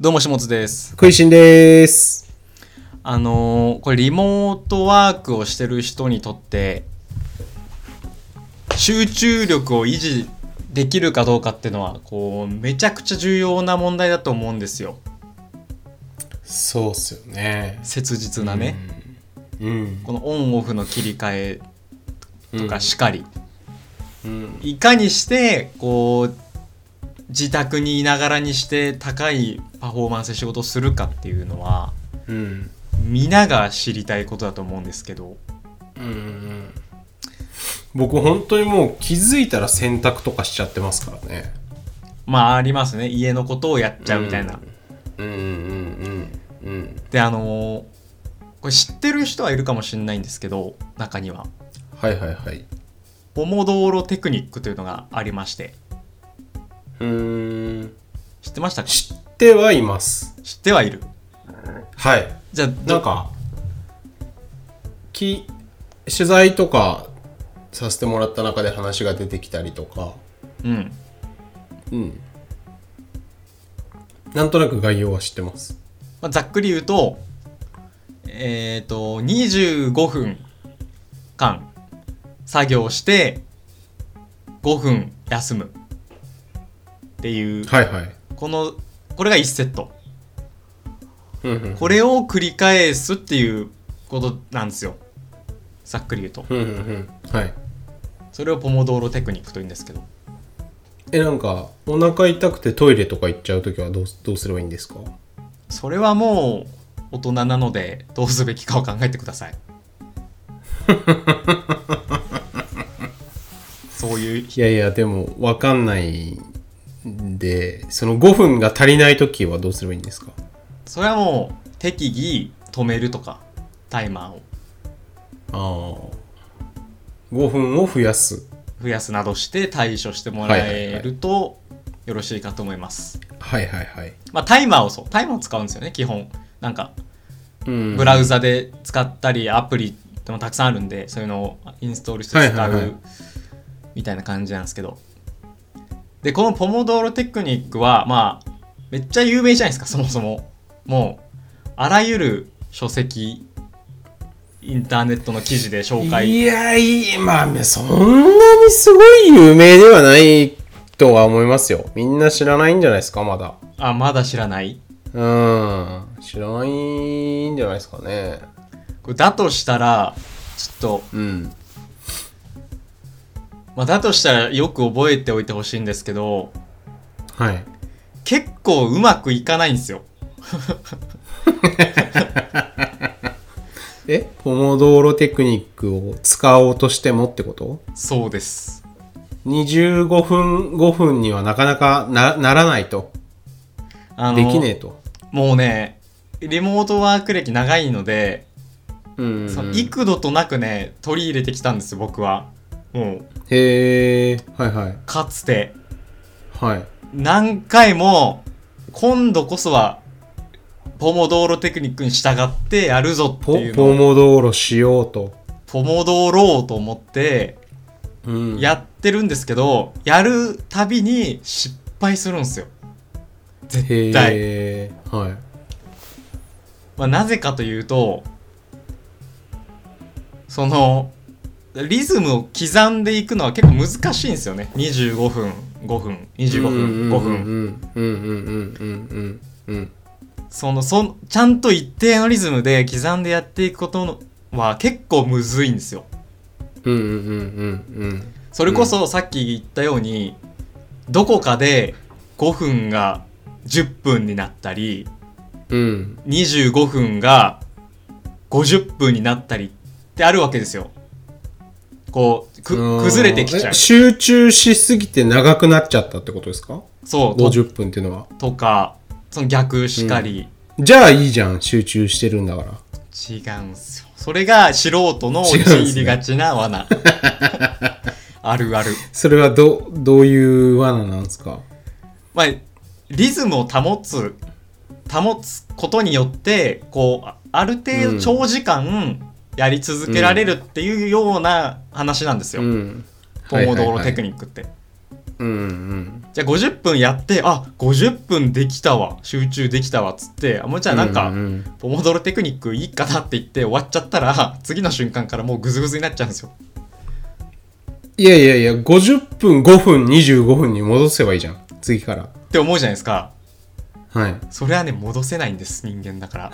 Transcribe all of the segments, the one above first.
どうもしもつです。 食いしんです。 これリモートワークをしてる人にとって集中力を維持できるかどうかっていうのはめちゃくちゃ重要な問題だと思うんですよ。 そうっすよね。 切実なね、このオンオフの切り替えとかしかり、いかにして自宅にいながらにして高いパフォーマンスで仕事をするかっていうのは、皆が知りたいことだと思うんですけど、 僕本当にもう気づいたら洗濯とかしちゃってますからね。 まあありますね、家のことをやっちゃうみたいな。でこれ知ってる人はいるかもしれないんですけど、中にはポモドーロテクニックというのがありまして。知ってましたか？ 知ってはいます。 知ってはいる。 はい。 じゃあなんか取材とかさせてもらった中で話が出てきたりとか、なんとなく概要は知ってます。 ざっくり言うと、25分間作業して5分休むっていう、これが1セット、これを繰り返すっていうことなんですよ、ざっくり言うと。それをポモドーロテクニックというんですけど。 なんかお腹痛くてトイレとか行っちゃうときはどうすればいいんですか？ それはもう大人なのでどうすべきかを考えてください。そういう。 いやでも分かんないんで、その5分が足りないときはどうすればいいんですか？ それはもう適宜止めるとか、タイマーを5分を増やすなどして対処してもらえるとよろしいかと思います。まあタイマーを使うんですよね、基本。なんかブラウザで使ったりアプリでもたくさんあるんで、そういうのをインストールして使うみたいな感じなんですけど、でこのポモドーロテクニックはまあめっちゃ有名じゃないですか。そもそももうあらゆる書籍、インターネットの記事で紹介。 まあそんなにすごい有名ではないとは思いますよ。みんな知らないんじゃないですか、まだ。 まだ知らない。 知らないんじゃないですかね。 これだとしたらちょっと、だとしたらよく覚えておいてほしいんですけど、結構うまくいかないんですよ。 ポモドーロテクニックを使おうとしてもってこと？ そうです。 25分5分にはなかなか ならないと。できねえと。 もうね、リモートワーク歴長いので、その幾度となくね取り入れてきたんですよ、僕は。もうかつて何回も今度こそはポモドーロテクニックに従ってやるぞっていうのを、 ポモドーロしようと、 ポモドーローと思ってやってるんですけど、やるたびに失敗するんですよ、絶対。なぜかというと、そのリズムを刻んでいくのは結構難しいんですよね。25分5分25分5分、ちゃんと一定のリズムで刻んでやっていくことは結構むずいんですよ。それこそさっき言ったように、どこかで5分が10分になったり、25分が50分になったりってあるわけですよ。崩れてきちゃう。 集中しすぎて長くなっちゃったってことですか？ そう 50分っていうのは。 とか、その逆しかり、 じゃあいいじゃん、集中してるんだから。 違うんすよ。それが素人の陥りがちな罠。あるある。 それはどういう罠なんですか？ リズムを保つことによってある程度長時間やり続けられるっていうような話なんですよ、ポモドーロテクニックって。 じゃあ50分やって、あ、50分できたわ、集中できたわっつって、もうじゃあなんか、ポモドロテクニックいいかなって言って終わっちゃったら、次の瞬間からもうグズグズになっちゃうんですよ。 いやいやいや、50分、5分、25分に戻せばいいじゃん。次から。 って思うじゃないですか。 はい。 それはね、戻せないんです、人間だから。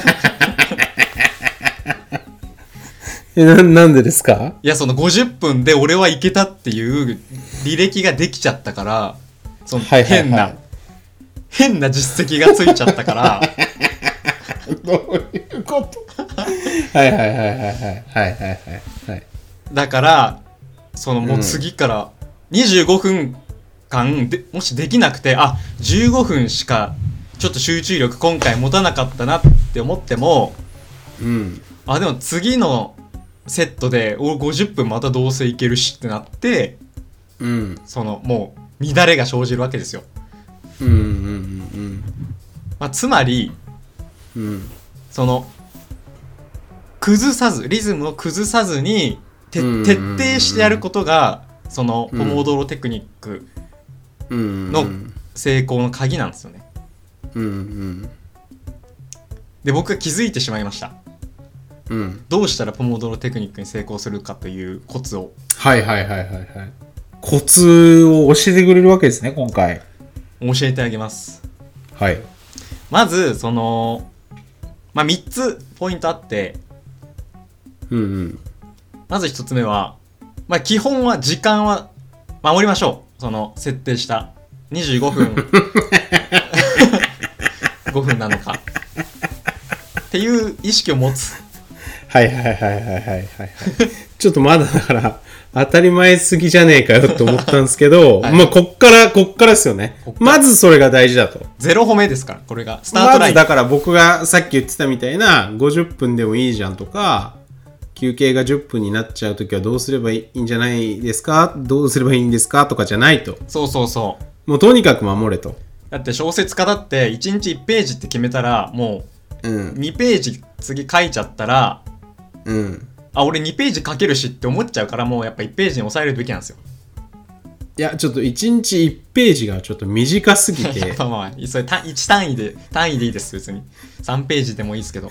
なんでですか？ いや、その50分で俺はいけたっていう履歴ができちゃったから、その変な実績がついちゃったから。 どういうこと？はいはいはいはいはいはいはい。 だから、そのもう次から25分間でもしできなくて、あ、15分しかちょっと集中力今回持たなかったなって思っても、あ、でも次のセットで俺50分またどうせいけるしってなって、そのもう乱れが生じるわけですよ。まあ、つまり、その崩さずリズムを崩さずに徹底してやることがそのポモドロテクニックの成功の鍵なんですよね。で僕が気づいてしまいました。どうしたらポモドロテクニックに成功するかというコツを。 はいはいはいはいはい。コツを教えてくれるわけですね、今回。 教えてあげます。 はい。 まずその、まあ、3つポイントあって、まず1つ目は、まあ、基本は時間は守りましょう。その設定した25分5分なのかっていう意識を持つ。 はいはいはいはいはいはい。ちょっとまだだから当たり前すぎじゃねえかよと思ったんですけど、はい、まあこっからですよね。まずそれが大事だと。 ゼロ褒めですから、これがスタートライン。 まずだから僕がさっき言ってたみたいな50分でもいいじゃんとか、休憩が10分になっちゃうときはどうすればいいんじゃないですか、どうすればいいんですかとかじゃないと。 そうそうそう。 もうとにかく守れと。 だって小説家だって1日1ページって決めたらもう2ページ次書いちゃったら、あ、俺2ページ書けるしって思っちゃうから、もうやっぱ1ページに抑えるべきなんですよ。 いやちょっと1日1ページがちょっと短すぎてまあまあそれ1単位でいいです。別に3ページでもいいですけど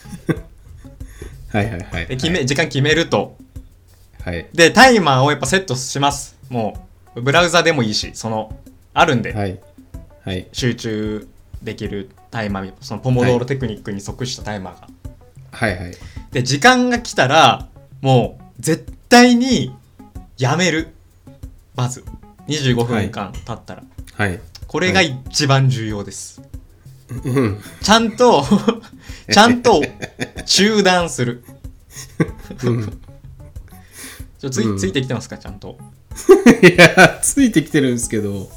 はいはいはい、 で時間決めると、 はい、 でタイマーをやっぱセットします。もうブラウザでもいいし、そのあるんで、 はいはい、 集中できるタイマー、そのポモドーロテクニックに即したタイマーが、 はいはい、 で時間が来たらもう絶対にやめる。まず25分間経ったら、 はい、 これが一番重要です、 うん、 ちゃんと中断する、うん、ついてきてますかちゃんと。 いやついてきてるんですけど、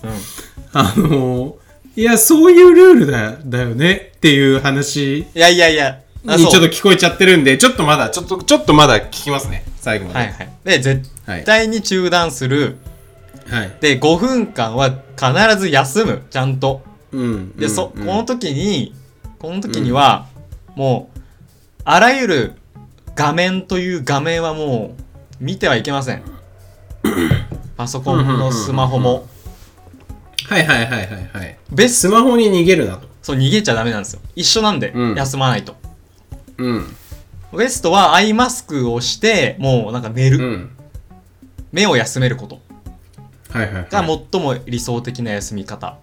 いやそういうルールだよねっていう話、 いやにちょっと聞こえちゃってるんで、ちょっとまだ聞きますね、最後まで。 はいはい。で絶対に中断する、はい、で5分間は必ず休む、ちゃんと、でこの時には、もうあらゆる画面という画面はもう見てはいけません。パソコンのスマホも、 はいはいはいはいはい。スマホに逃げるなと。 そう、逃げちゃダメなんですよ。一緒なんで、休まないと。ベストはアイマスクをしてもうなんか寝る、目を休めることが最も理想的な休み方。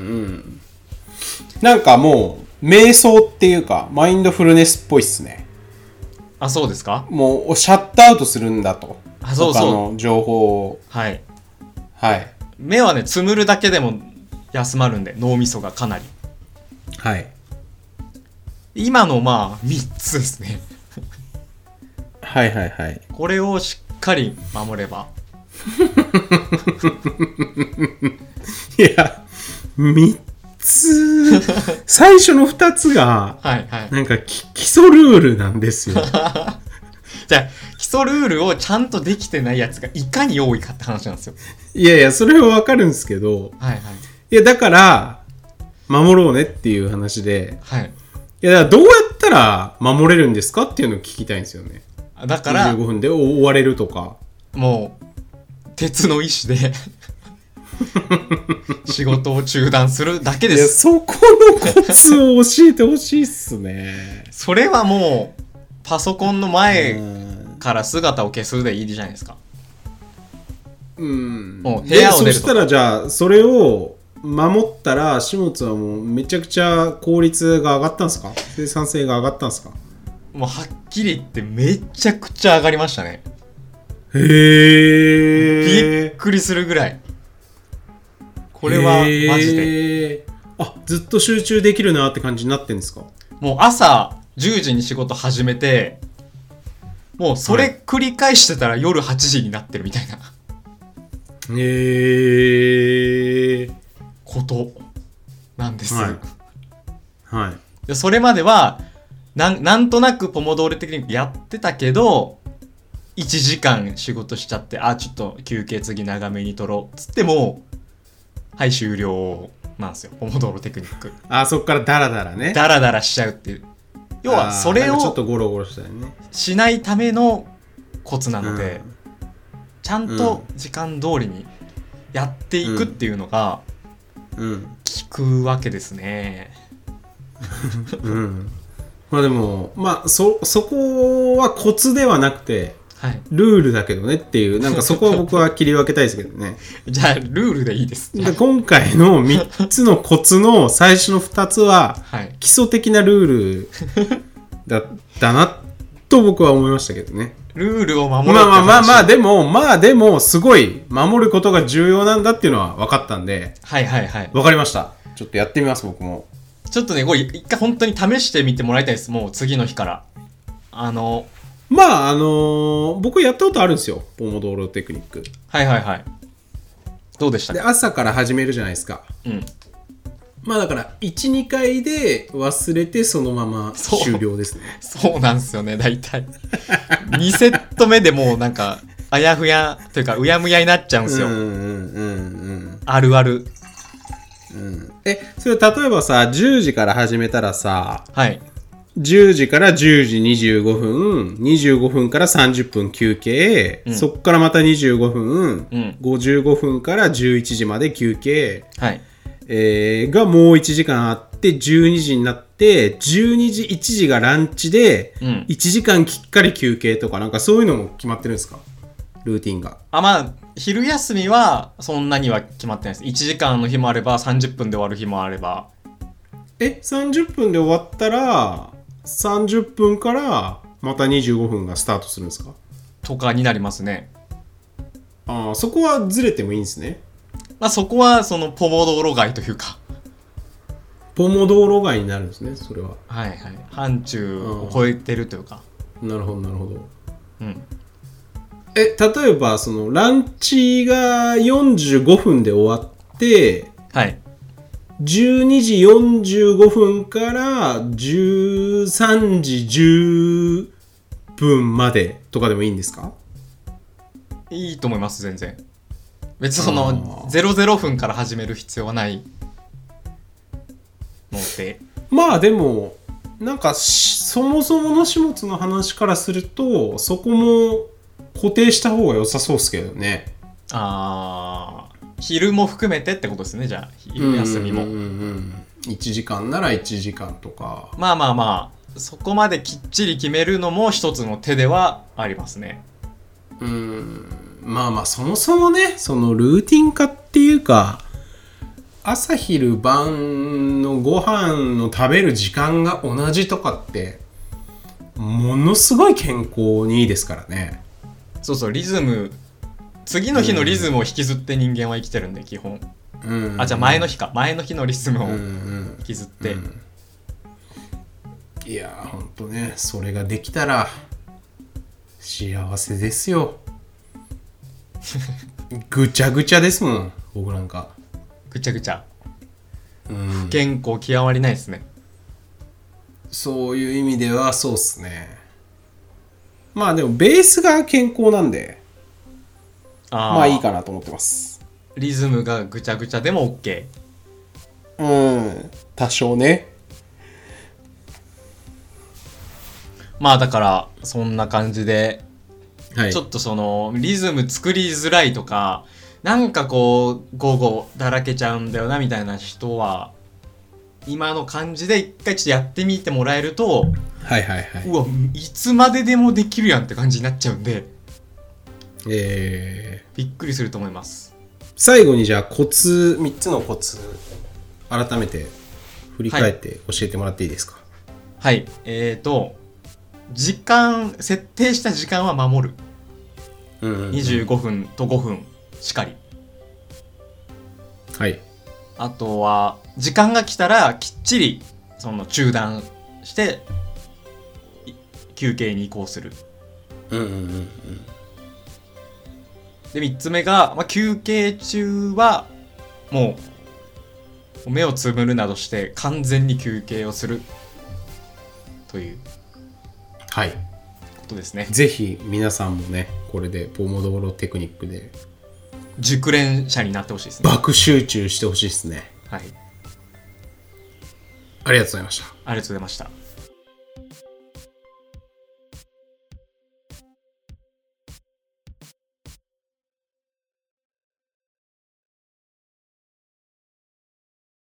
なんかもう瞑想っていうかマインドフルネスっぽいっすね。 あ、そうですか。 もうシャットアウトするんだと。 あ、そうそう。 他の情報を、 はいはい。 目はねつむるだけでも休まるんで、脳みそがかなり。 はい。 今のまあ3つですね。 はいはいはい。 これをしっかり守れば。 いや3つ最初の2つがはいはい、 なんか基礎ルールなんですよ。 じゃあ基礎ルールをちゃんとできてないやつがいかに多いかって話なんですよ。 いやいやそれはわかるんですけど、 はいはい、 いやだから守ろうねっていう話で、 はい、 いやだからどうやったら守れるんですかっていうのを聞きたいんですよね。 だから 25分で終われるとか、 もう鉄の意志で仕事を中断するだけです。いや、そこのコツを教えてほしいっすね。 それはもうパソコンの前から姿を消すでいいじゃないですか。 もう部屋を出ると。そしたらじゃあそれを守ったら始末はもうめちゃくちゃ効率が上がったんですか？生産性が上がったんですか？ もうはっきり言ってめちゃくちゃ上がりましたね。 へびっくりするぐらい。これはマジで。 ずっと集中できるなって感じになってんですか？ もう朝10時に仕事始めて、もうそれ繰り返してたら夜8時になってるみたいな。ことなんです。 はい。はい、 でそれまではなんとなくポモドーロテクニックやってたけど、1時間仕事しちゃって、ちょっと休憩次長めに取ろうっつっても、はい終了なんですよ、ポモドーロテクニック。 そっからダラダラね。 ダラダラしちゃうっていう。要はそれをちょっとゴロゴロしたよね。 しないためのコツなので、ちゃんと時間通りにやっていくっていうのが効くわけですね。 でもそこはコツではなくて、はい、ルールだけどねっていう、なんかそこは僕は切り分けたいですけどね。 じゃあルールでいいです。 で今回の3つのコツの最初の2つは基礎的なルールだったなと僕は思いましたけどね。 ルールを守るってでもすごい守ることが重要なんだっていうのは分かったんで、 はいはいはい、 分かりました。ちょっとやってみます。僕もちょっとね、これ一回本当に試してみてもらいたいです。もう次の日から僕やったことあるんですよ、ポモドーロテクニック。 はいはいはい。どうでしたか？ で朝から始めるじゃないですか。だから 1,2 回で忘れてそのまま終了ですね。 そうなんですよね。大体2セット目でもうなんかあやふやというかうやむやになっちゃうんですよ。あるある。 それ例えばさ、10時から始めたらさ、 はい、 10時から10時25分、25分から30分休憩、そっからまた25分、55分から11時まで休憩、 はい、 がもう1時間あって12時になって、12時1時がランチで1時間きっかり休憩とか、なんかそういうのも決まってるんですか？ルーティンが。 昼休みはそんなには決まってないです。1時間の日もあれば30分で終わる日もあれば。 30分で終わったら30分からまた25分がスタートするんですか？ とかになりますね。 そこはずれてもいいんですね。 そこはそのポモドーロ街というか、 ポモドーロ街になるんですね。それははいはい、範疇を超えてるというか。 なるほどなるほど。例えばそのランチが45分で終わって、 はい、 12時45分から13時10分までとかでもいいんですか？ いいと思います。全然別にその00分から始める必要はないので。 でもなんかそもそもの始末の話からするとそこも固定した方が良さそうですけどね。 昼も含めてってことですね。じゃあ昼休みも 1時間なら1時間とか。 そこまできっちり決めるのも一つの手ではありますね。 そもそもね、そのルーティン化っていうか、朝昼晩のご飯の食べる時間が同じとかってものすごい健康にいいですからね。 そうそう、リズム、次の日のリズムを引きずって人間は生きてるんで基本。じゃあ前の日のリズムを引きずって、 いやーほんとね、それができたら幸せですよ。ぐちゃぐちゃですもん、僕なんか。 ぐちゃぐちゃ。不健康極まりないですね。 そういう意味ではそうっすね。でもベースが健康なんで、いいかなと思ってます。 リズムがぐちゃぐちゃでも OK。 多少ね。 だからそんな感じで、ちょっとそのリズム作りづらいとか、 なんかこう午後だらけちゃうんだよなみたいな人は今の感じで一回ちょっとやってみてもらえると、 はいはいはい、 うわいつまででもできるやんって感じになっちゃうんで、びっくりすると思います。 最後にじゃあ3つのコツ改めて振り返って教えてもらっていいですか？ はい、時間設定した時間は守る、25分と5分しかり。 はい。 あとは時間が来たらきっちりその中断して休憩に移行する。で3つ目が、休憩中はもう目をつぶるなどして完全に休憩をするということですね。 ぜひ皆さんもねこれでポモドーロテクニックで熟練者になってほしいですね。 爆集中してほしいですね。 はい。 ありがとうございました。 ありがとうございました。